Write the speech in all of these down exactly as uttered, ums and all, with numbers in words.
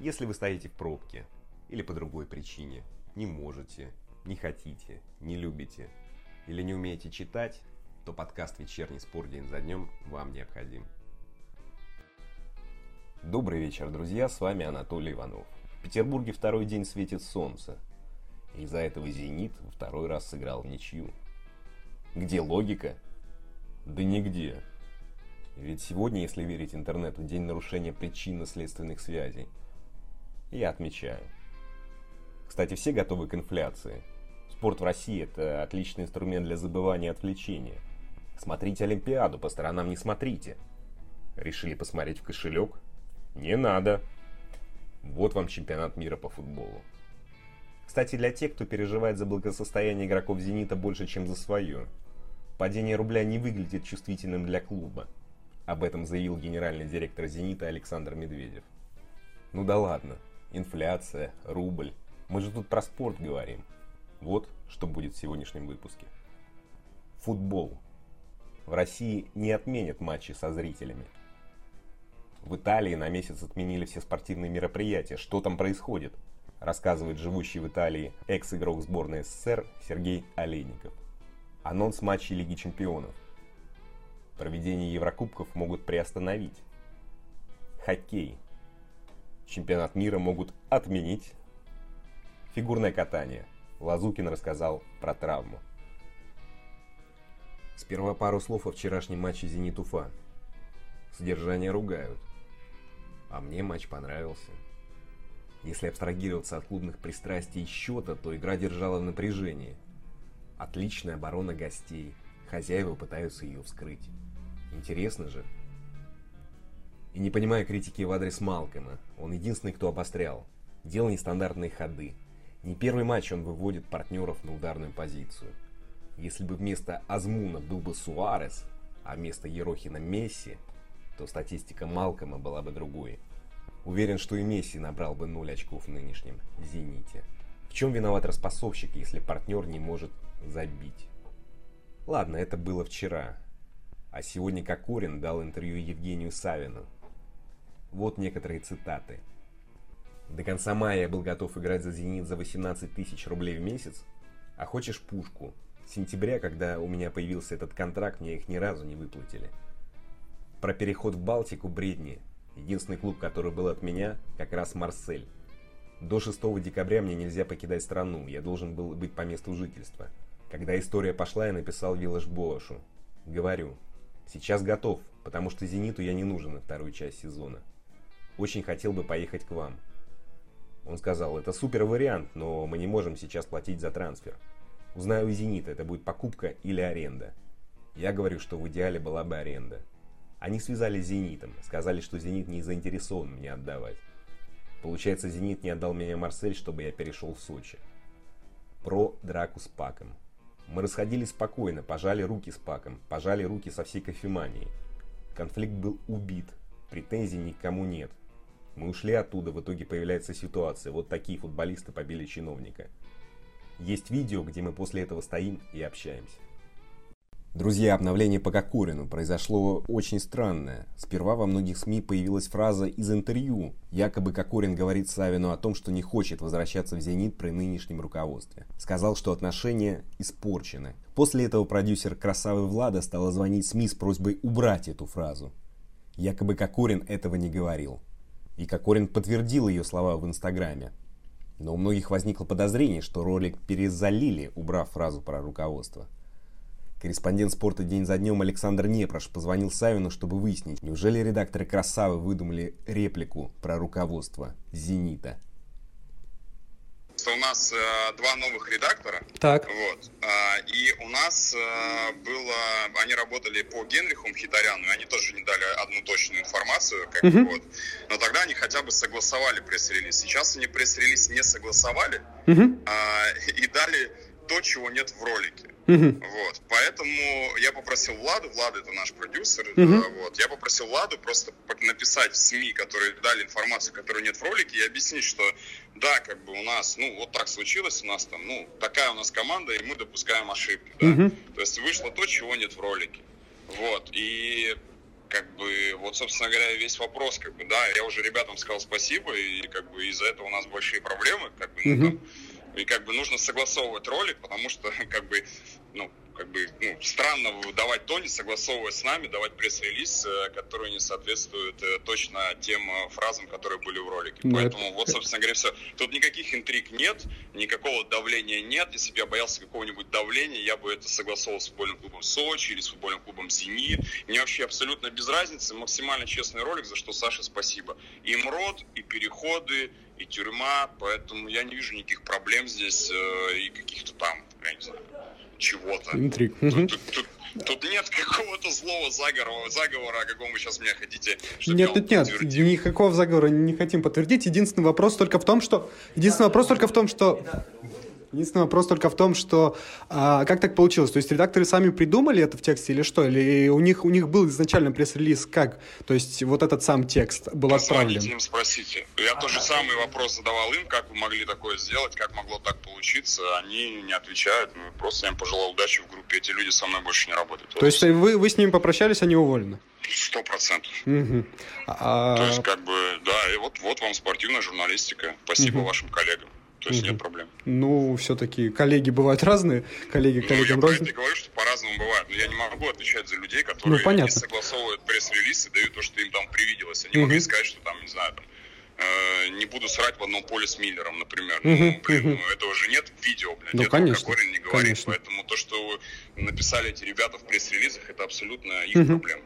Если вы стоите в пробке или по другой причине, не можете, не хотите, не любите или не умеете читать, то подкаст «Вечерний спор день за днем» вам необходим. Добрый вечер, друзья, с вами Анатолий Иванов. В Петербурге второй день светит солнце. И из-за этого «Зенит» во второй раз сыграл в ничью. Где логика? Да нигде. Ведь сегодня, если верить интернету, день нарушения причинно-следственных связей. Я отмечаю. Кстати, все готовы к инфляции. Спорт в России – это отличный инструмент для забывания и отвлечения. Смотрите Олимпиаду, по сторонам не смотрите. Решили посмотреть в кошелек? Не надо. Вот вам чемпионат мира по футболу. Кстати, для тех, кто переживает за благосостояние игроков «Зенита» больше, чем за свое, падение рубля не выглядит чувствительным для клуба. Об этом заявил генеральный директор «Зенита» Александр Медведев. Ну да ладно. Инфляция, рубль. Мы же тут про спорт говорим. Вот что будет в сегодняшнем выпуске. Футбол. В России не отменят матчи со зрителями. В Италии на месяц отменили все спортивные мероприятия. Что там происходит? Рассказывает живущий в Италии экс-игрок сборной СССР Сергей Олейников. Анонс матчей Лиги Чемпионов. Проведение Еврокубков могут приостановить. Хоккей. Чемпионат мира могут отменить. Фигурное катание. Лазукин рассказал про травму. Сперва пару слов о вчерашнем матче «Зенит-Уфа». Содержание ругают. А мне матч понравился. Если абстрагироваться от клубных пристрастий и счета, то игра держала в напряжении. Отличная оборона гостей. Хозяева пытаются ее вскрыть. Интересно же. И не понимаю критики в адрес Малкома. Он единственный, кто обострял. Делал нестандартные ходы. Не первый матч он выводит партнеров на ударную позицию. Если бы вместо Азмуна был бы Суарес, а вместо Ерохина Месси, то статистика Малкома была бы другой. Уверен, что и Месси набрал бы ноль очков в нынешнем «Зените». В чем виноват распасовщик, если партнер не может забить? Ладно, это было вчера. А сегодня Кокорин дал интервью Евгению Савину. Вот некоторые цитаты. «До конца мая я был готов играть за «Зенит» за восемнадцать тысяч рублей в месяц. А хочешь пушку? С сентября, когда у меня появился этот контракт, мне их ни разу не выплатили. Про переход в Балтику бредни. Единственный клуб, который был от меня, как раз Марсель. До шестого декабря мне нельзя покидать страну, я должен был быть по месту жительства. Когда история пошла, я написал Виллаш-Боашу. Говорю, сейчас готов, потому что «Зениту» я не нужен на вторую часть сезона. Очень хотел бы поехать к вам. Он сказал, это супер вариант, но мы не можем сейчас платить за трансфер. Узнаю у «Зенита», это будет покупка или аренда. Я говорю, что в идеале была бы аренда. Они связались с «Зенитом», сказали, что «Зенит» не заинтересован мне отдавать. Получается, «Зенит» не отдал меня Марсель, чтобы я перешел в Сочи. Про драку с Паком. Мы расходились спокойно, пожали руки с Паком, пожали руки со всей кофеманией. Конфликт был убит, претензий никому нет. Мы ушли оттуда, в итоге появляется ситуация, вот такие футболисты побили чиновника. Есть видео, где мы после этого стоим и общаемся. Друзья, обновление по Кокорину произошло очень странное. Сперва во многих СМИ появилась фраза из интервью. Якобы Кокорин говорит Савину о том, что не хочет возвращаться в «Зенит» при нынешнем руководстве. Сказал, что отношения испорчены. После этого продюсер «Красавы Влада» стала звонить СМИ с просьбой убрать эту фразу. Якобы Кокорин этого не говорил. И Кокорин подтвердил ее слова в Инстаграме. Но у многих возникло подозрение, что ролик перезалили, убрав фразу про руководство. Корреспондент спорта день за днем Александр Непрош позвонил Савину, чтобы выяснить, неужели редакторы «Красавы» выдумали реплику про руководство «Зенита». У нас э, два новых редактора. Так. Вот. Э, и у нас э, было... Они работали по Генриху Мхитаряну, и они тоже не дали одну точную информацию. Как Uh-huh. вот. Но тогда они хотя бы согласовали пресс-релиз. Сейчас они пресс-релиз не согласовали Uh-huh. э, и дали то, чего нет в ролике. Uh-huh. Вот. Поэтому я попросил Владу, Влада это наш продюсер, Uh-huh. да, вот. Я попросил Владу просто написать в СМИ, которые дали информацию, которой нет в ролике, и объяснить, что да, как бы у нас, ну, вот так случилось, у нас там, ну, такая у нас команда, и мы допускаем ошибки, да. Uh-huh. То есть вышло то, чего нет в ролике. Вот. И как бы, вот, собственно говоря, весь вопрос, как бы, да, я уже ребятам сказал спасибо, и, как бы, из-за этого у нас большие проблемы, как бы, ну, там, и, как бы, нужно согласовывать ролик, потому что, как бы, ну, как бы, ну, странно давать то, не согласовывая с нами, давать пресс-релиз, который не соответствует точно тем фразам, которые были в ролике. Но Поэтому, это... вот, собственно говоря, все. Тут никаких интриг нет, никакого давления нет. Если бы я боялся какого-нибудь давления, я бы это согласовал с футбольным клубом Сочи или с футбольным клубом Зенит. Мне вообще абсолютно без разницы. Максимально честный ролик, за что Саше спасибо. И МРОД, и переходы, и тюрьма. Поэтому я не вижу никаких проблем здесь и каких-то там, я не знаю, чего-то. Интриг. Тут, тут, тут, тут нет какого-то злого заговора, заговора, о каком вы сейчас меня хотите, чтобы нет, нет, нет, подтвердил. Никакого заговора не хотим подтвердить. Единственный вопрос только в том, что... Единственный вопрос только в том, что... Единственный вопрос только в том, что а, как так получилось? То есть редакторы сами придумали это в тексте или что? Или у них, у них был изначально пресс-релиз как? То есть вот этот сам текст был отправлен? Позвоните им, спросите. Я тот же самый вопрос задавал им, как вы могли такое сделать, как могло так получиться. Они не отвечают. Ну, просто я им пожелал удачи в группе. Эти люди со мной больше не работают. То есть вы, вы с ними попрощались, они уволены? Сто процентов. Угу. А... То есть, как бы, да, и вот, вот вам спортивная журналистика. Спасибо угу. вашим коллегам. То есть угу. нет проблем. Ну, все-таки коллеги бывают разные, коллеги ну, коллегам я разные. Я говорю, что по-разному бывает, но я не могу отвечать за людей, которые ну, не согласовывают пресс-релиз и дают то, что им там привиделось. Они угу. могли сказать, что там, не знаю, там, э, не буду срать в одном поле с Миллером, например. Угу. Ну, блин, угу. ну, этого же нет в видео, блядь. Ну, этого конечно, Кокорин не говорит. Конечно. Поэтому то, что написали эти ребята в пресс-релизах, это абсолютно их угу. проблема.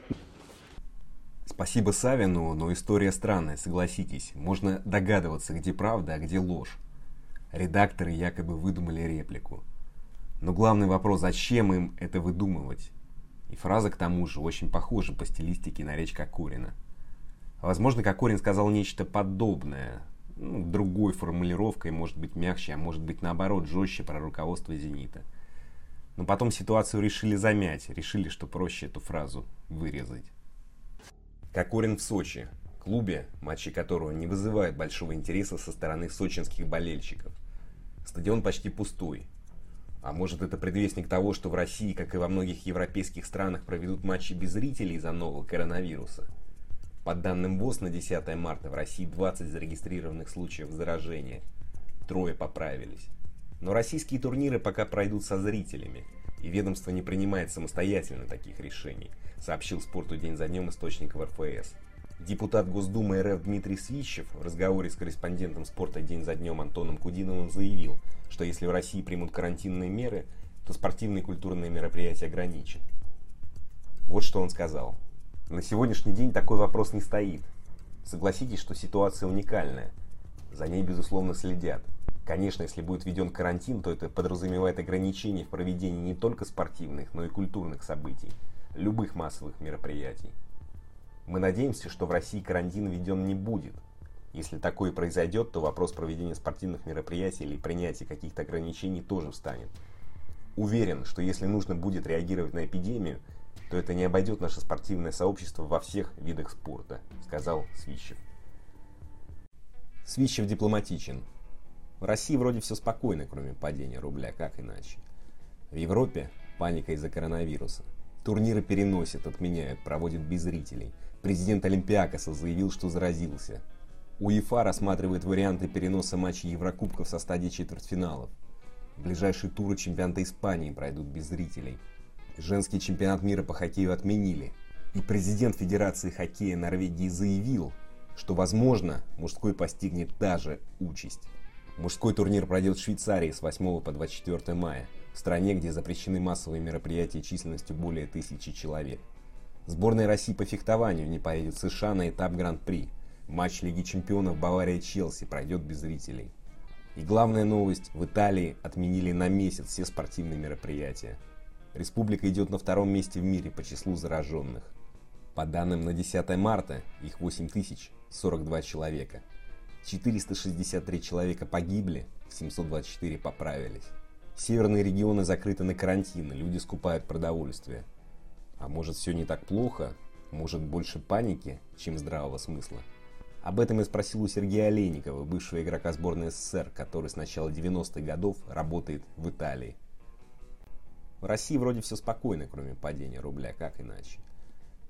Спасибо Савину, но история странная, согласитесь. Можно догадываться, где правда, а где ложь. Редакторы якобы выдумали реплику. Но главный вопрос, зачем им это выдумывать? И фраза, к тому же, очень похожа по стилистике на речь Кокорина. Возможно, Кокорин сказал нечто подобное, ну, другой формулировкой, может быть мягче, а может быть наоборот, жестче про руководство «Зенита». Но потом ситуацию решили замять, решили, что проще эту фразу вырезать. Кокорин в Сочи, клубе, матчи которого не вызывают большого интереса со стороны сочинских болельщиков. Стадион почти пустой. А может, это предвестник того, что в России, как и во многих европейских странах, проведут матчи без зрителей из-за нового коронавируса? По данным ВОЗ, на десятое марта в России двадцать зарегистрированных случаев заражения. Трое поправились. Но российские турниры пока пройдут со зрителями, и ведомство не принимает самостоятельно таких решений, сообщил «Спорту день за днем» источник в эр эф эс. Депутат Госдумы эр эф Дмитрий Свищев в разговоре с корреспондентом «Спорта день за днем» Антоном Кудиновым заявил, что если в России примут карантинные меры, то спортивные и культурные мероприятия ограничат. Вот что он сказал. На сегодняшний день такой вопрос не стоит. Согласитесь, что ситуация уникальная. За ней, безусловно, следят. Конечно, если будет введен карантин, то это подразумевает ограничения в проведении не только спортивных, но и культурных событий, любых массовых мероприятий. Мы надеемся, что в России карантин введен не будет. Если такое произойдет, то вопрос проведения спортивных мероприятий или принятия каких-то ограничений тоже встанет. Уверен, что если нужно будет реагировать на эпидемию, то это не обойдет наше спортивное сообщество во всех видах спорта, сказал Свищев. Свищев дипломатичен. В России вроде все спокойно, кроме падения рубля, как иначе. В Европе паника из-за коронавируса. Турниры переносят, отменяют, проводят без зрителей. Президент Олимпиакоса заявил, что заразился. УЕФА рассматривает варианты переноса матчей Еврокубков со стадии четвертьфиналов. Ближайшие туры чемпионата Испании пройдут без зрителей. Женский чемпионат мира по хоккею отменили. И президент Федерации хоккея Норвегии заявил, что, возможно, мужской постигнет та же участь. Мужской турнир пройдет в Швейцарии с восьмого по двадцать четвёртое мая, в стране, где запрещены массовые мероприятия численностью более тысячи человек. Сборная России по фехтованию не поедет в США на этап Гран-при. Матч Лиги чемпионов Бавария-Челси пройдет без зрителей. И главная новость, в Италии отменили на месяц все спортивные мероприятия. Республика идет на втором месте в мире по числу зараженных. По данным на десятое марта, их восемь тысяч сорок два человека. четыреста шестьдесят три человека погибли, семьсот двадцать четыре поправились. Северные регионы закрыты на карантин, и люди скупают продовольствие. А может, все не так плохо? Может, больше паники, чем здравого смысла? Об этом я спросил у Сергея Олейникова, бывшего игрока сборной СССР, который с начала девяностых годов работает в Италии. В России вроде все спокойно, кроме падения рубля, как иначе.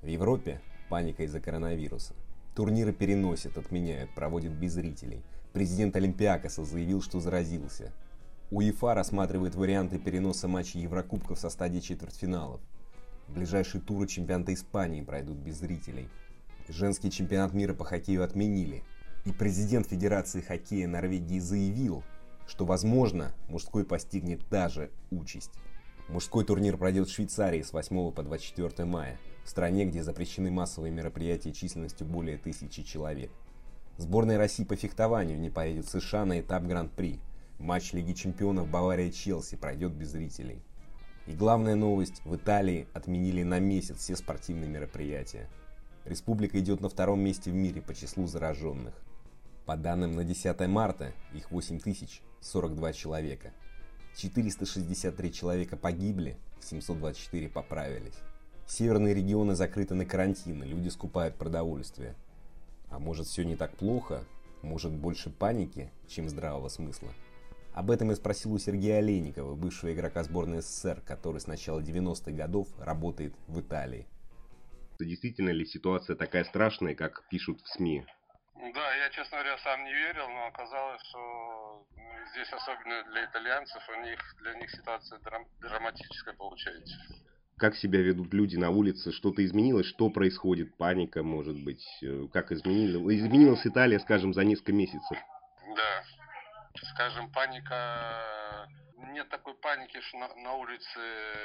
В Европе паника из-за коронавируса. Турниры переносят, отменяют, проводят без зрителей. Президент Олимпиакоса заявил, что заразился. УЕФА рассматривает варианты переноса матчей Еврокубков со стадии четвертьфиналов. Ближайшие туры чемпионата Испании пройдут без зрителей. Женский чемпионат мира по хоккею отменили. И президент Федерации хоккея Норвегии заявил, что, возможно, мужской постигнет та же участь. Мужской турнир пройдет в Швейцарии с восьмого по двадцать четвёртое мая, в стране, где запрещены массовые мероприятия численностью более тысячи человек. Сборная России по фехтованию не поедет в США на этап Гран-при. Матч Лиги чемпионов Бавария-Челси пройдет без зрителей. И главная новость: в Италии отменили на месяц все спортивные мероприятия. Республика идет на втором месте в мире по числу зараженных. По данным на десятое марта, их восемь тысяч сорок два человека. четыреста шестьдесят три человека погибли, семьсот двадцать четыре поправились. Северные регионы закрыты на карантин, и люди скупают продовольствие. А может, все не так плохо? Может, больше паники, чем здравого смысла? Об этом я спросил у Сергея Олейникова, бывшего игрока сборной СССР, который с начала девяностых годов работает в Италии. Действительно ли ситуация такая страшная, как пишут в СМИ? Да, я, честно говоря, сам не верил, но оказалось, что здесь, особенно для итальянцев, у них, для них ситуация драм- драматическая получается. Как себя ведут люди на улице? Что-то изменилось? Что происходит? Паника, может быть? Как изменилась? Изменилась Италия, скажем, за несколько месяцев? Да. Скажем, паника... Нет такой паники, что на, на улице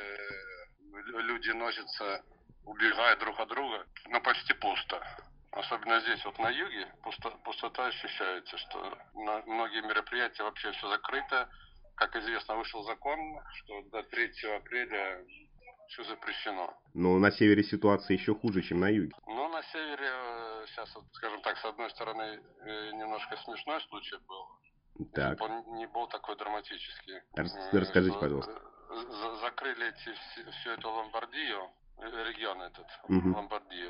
люди носятся, убегают друг от друга, но почти пусто. Особенно здесь, вот на юге, пусто, пустота ощущается, что на многие мероприятия вообще все закрыто. Как известно, вышел закон, что до третьего апреля все запрещено. Но на севере ситуация еще хуже, чем на юге. Ну, на севере, сейчас, вот, скажем так, с одной стороны, немножко смешной случай был. Так. Он не был такой драматический. Расскажите, что, пожалуйста. Закрыли эти, всю эту Ломбардию, регион этот, угу. Ломбардию.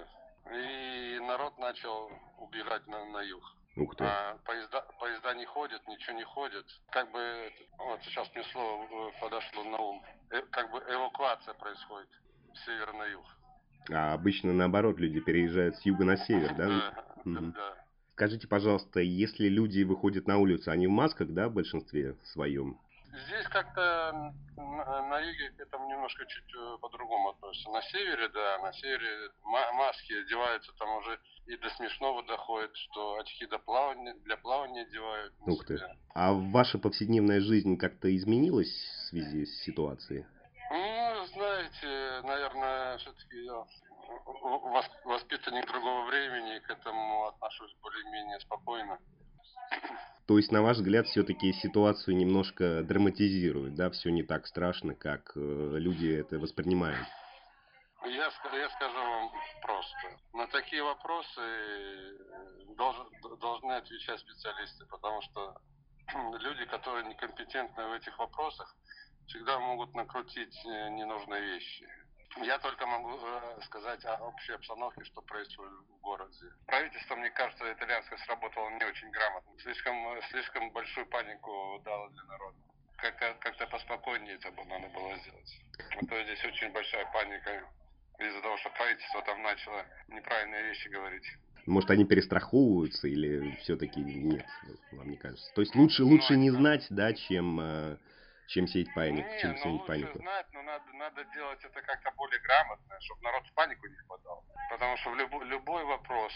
И народ начал убегать на, на юг. Ух ты. А, поезда, поезда не ходят, ничего не ходит. Как бы, вот сейчас мне слово подошло на ум, э, как бы эвакуация происходит с севера на юг. А обычно наоборот, люди переезжают с юга на север, да? Да, угу. да. Скажите, пожалуйста, если люди выходят на улицу, они в масках, да, в большинстве своем? Здесь как-то на, на юге к этому немножко чуть по-другому относятся. На севере, да, на севере маски одеваются, там уже и до смешного доходит, что очки для плавания, для плавания одевают. Ух ты. А ваша повседневная жизнь как-то изменилась в связи с ситуацией? Ну, знаете, наверное, все-таки я воспитанник другого времени, к этому отношусь более-менее спокойно. То есть, на ваш взгляд, все-таки ситуацию немножко драматизируют, да? Все не так страшно, как э, люди это воспринимают? Я, я скажу вам просто. На такие вопросы должен, должны отвечать специалисты, потому что люди, которые некомпетентны в этих вопросах, всегда могут накрутить ненужные вещи. Я только могу сказать о общей обстановке, что происходит в городе. Правительство, мне кажется, итальянское сработало не очень грамотно. Слишком, слишком большую панику дало для народа. Как-то, как-то поспокойнее это надо было сделать. А то здесь очень большая паника из-за того, что правительство там начало неправильные вещи говорить. Может, они перестраховываются или все-таки нет, вам не кажется? То есть лучше, лучше ну, не знать, да, чем... чем сеять панику, не, чем ну, сеять лучше панику. Знать, но надо, надо делать это как-то более грамотно, чтобы народ в панику не впадал. Потому что в любой, любой вопрос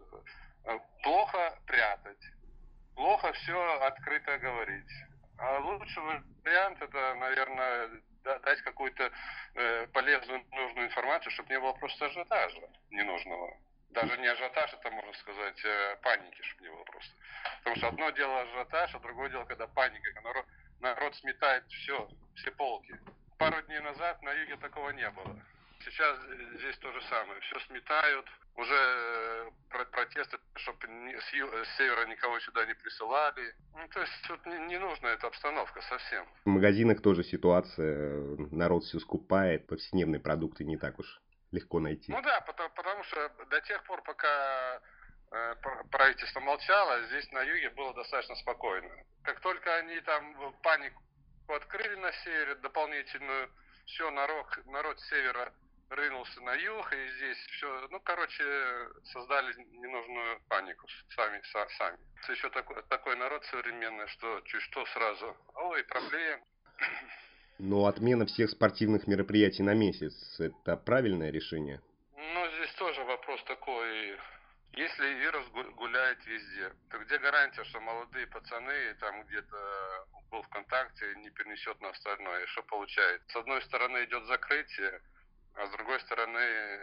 плохо прятать, плохо все открыто говорить. А лучший вариант это, наверное, дать какую-то э, полезную, нужную информацию, чтобы не было просто ажиотажа ненужного. Даже не ажиотаж, это можно сказать, э, паники, чтобы не было просто. Потому что одно дело ажиотаж, а другое дело, когда паника, когда народ, народ сметает все, все полки. Пару дней назад на юге такого не было. Сейчас здесь то же самое. Все сметают. Уже протесты, чтобы с, ю, с севера никого сюда не присылали. Ну, то есть тут не, не нужна эта обстановка совсем. В магазинах тоже ситуация. Народ все скупает. Повседневные продукты не так уж легко найти. Ну да, потому, потому что до тех пор, пока э, правительство молчало, здесь на юге было достаточно спокойно. Как только они там панику открыли на севере дополнительную, все, народ, народ с севера рынулся на юг, и здесь все, ну, короче, создали ненужную панику сами, са, сами. Еще такой, такой народ современный, что чуть что сразу, ой, проблем. Но отмена всех спортивных мероприятий на месяц – это правильное решение? Ну, здесь тоже вопрос такой. Если вирус гуляет везде, то где гарантия, что молодые пацаны там где-то был в контакте не перенесет на остальное? И что получается? С одной стороны идет закрытие, а с другой стороны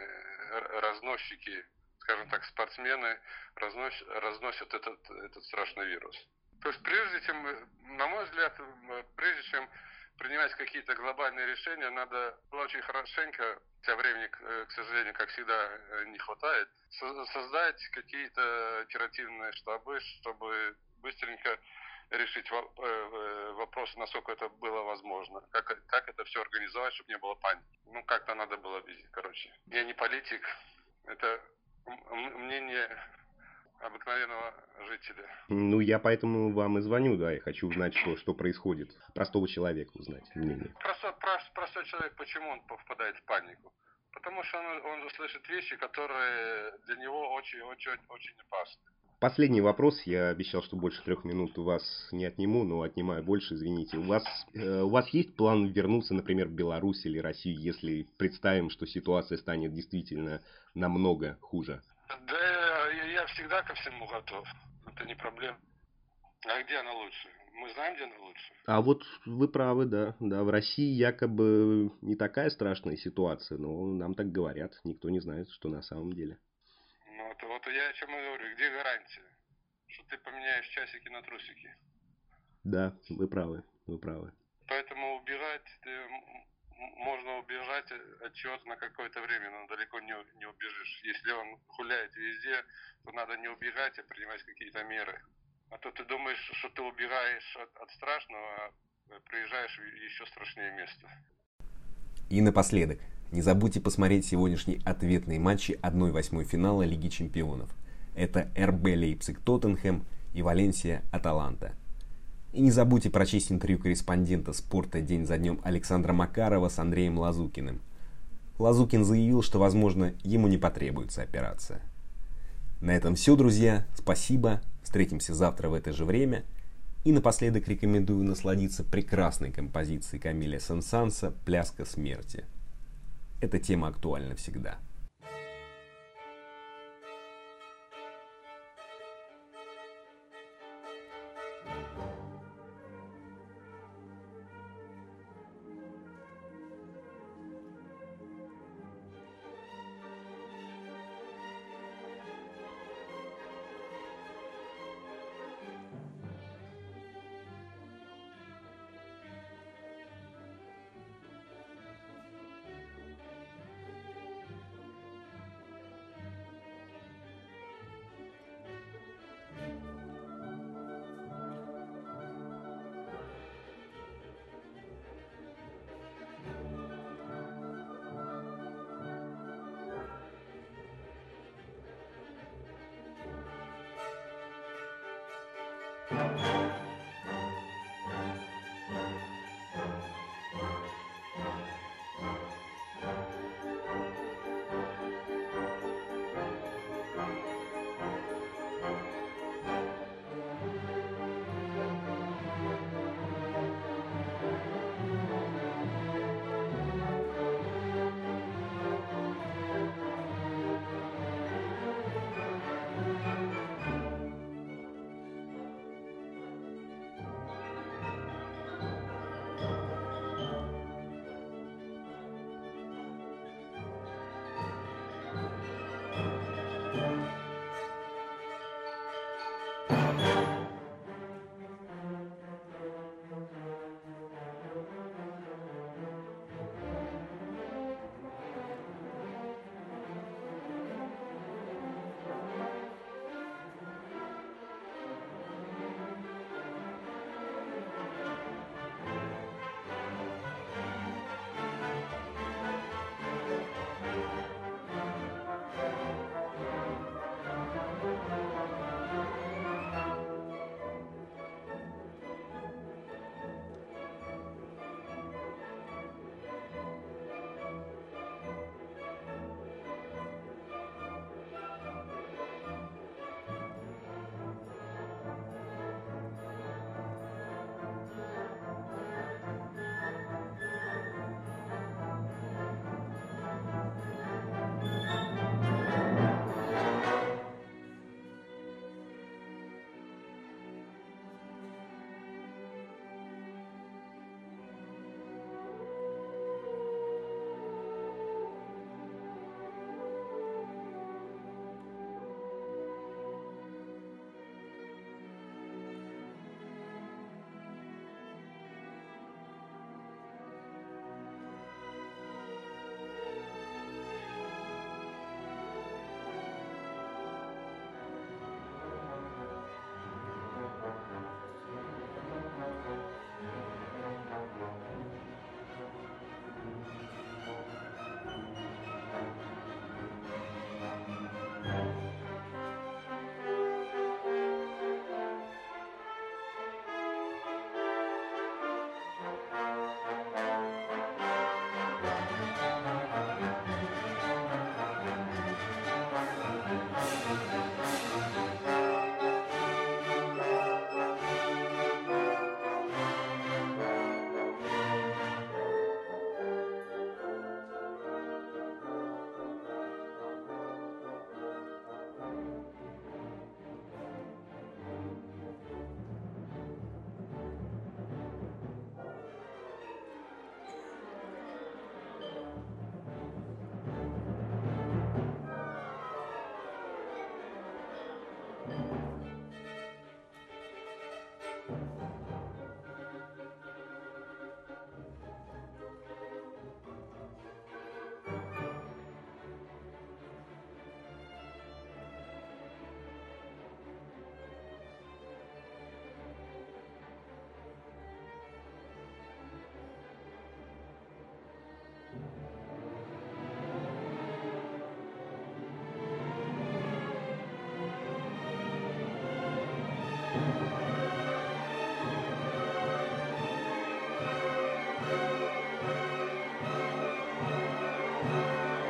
разносчики, скажем так, спортсмены разносят, разносят этот, этот страшный вирус. То есть прежде чем, на мой взгляд, прежде чем принимать какие-то глобальные решения, надо очень хорошенько, хотя времени, к сожалению, как всегда, не хватает, создать какие-то оперативные штабы, чтобы быстренько решить вопрос, насколько это было возможно, как, как это все организовать, чтобы не было паники. Ну, как-то надо было видеть, короче. Я не политик, это мнение обыкновенного жителя. Ну, я поэтому вам и звоню, да, я хочу узнать, что, что происходит. Простого человека узнать мнение. Простой, прост, простой человек, почему он впадает в панику? Потому что он, он слышит вещи, которые для него очень-очень очень опасны. Последний вопрос. Я обещал, что больше трех минут у вас не отниму, но отнимаю больше, извините. У вас, э, у вас есть план вернуться, например, в Беларусь или Россию, если представим, что ситуация станет действительно намного хуже? Да, я, я всегда ко всему готов. Это не проблема. А где она лучше? Мы знаем, где она лучше. А вот вы правы, да. Да, в России якобы не такая страшная ситуация, но нам так говорят. Никто не знает, что на самом деле. Ну, вот, вот я о чем и говорю. Где гарантия, что ты поменяешь часики на трусики? Да, вы правы, вы правы. Поэтому убирать ты, можно убежать от чего-то на какое-то время, но далеко не, не убежишь. Если он гуляет везде, то надо не убегать, а принимать какие-то меры. А то ты думаешь, что ты убегаешь от, от страшного, а приезжаешь в еще страшнее место. И напоследок, не забудьте посмотреть сегодняшние ответные матчи одной восьмой финала Лиги Чемпионов. Это эр бэ Лейпциг-Тоттенхэм и Валенсия-Аталанта. И не забудьте прочесть интервью корреспондента спорта день за днем Александра Макарова с Андреем Лазукиным. Лазукин заявил, что, возможно, ему не потребуется операция. На этом все, друзья. Спасибо. Встретимся завтра в это же время. И напоследок рекомендую насладиться прекрасной композицией Камиля Сен-Санса «Пляска смерти». Эта тема актуальна всегда.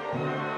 Thank you.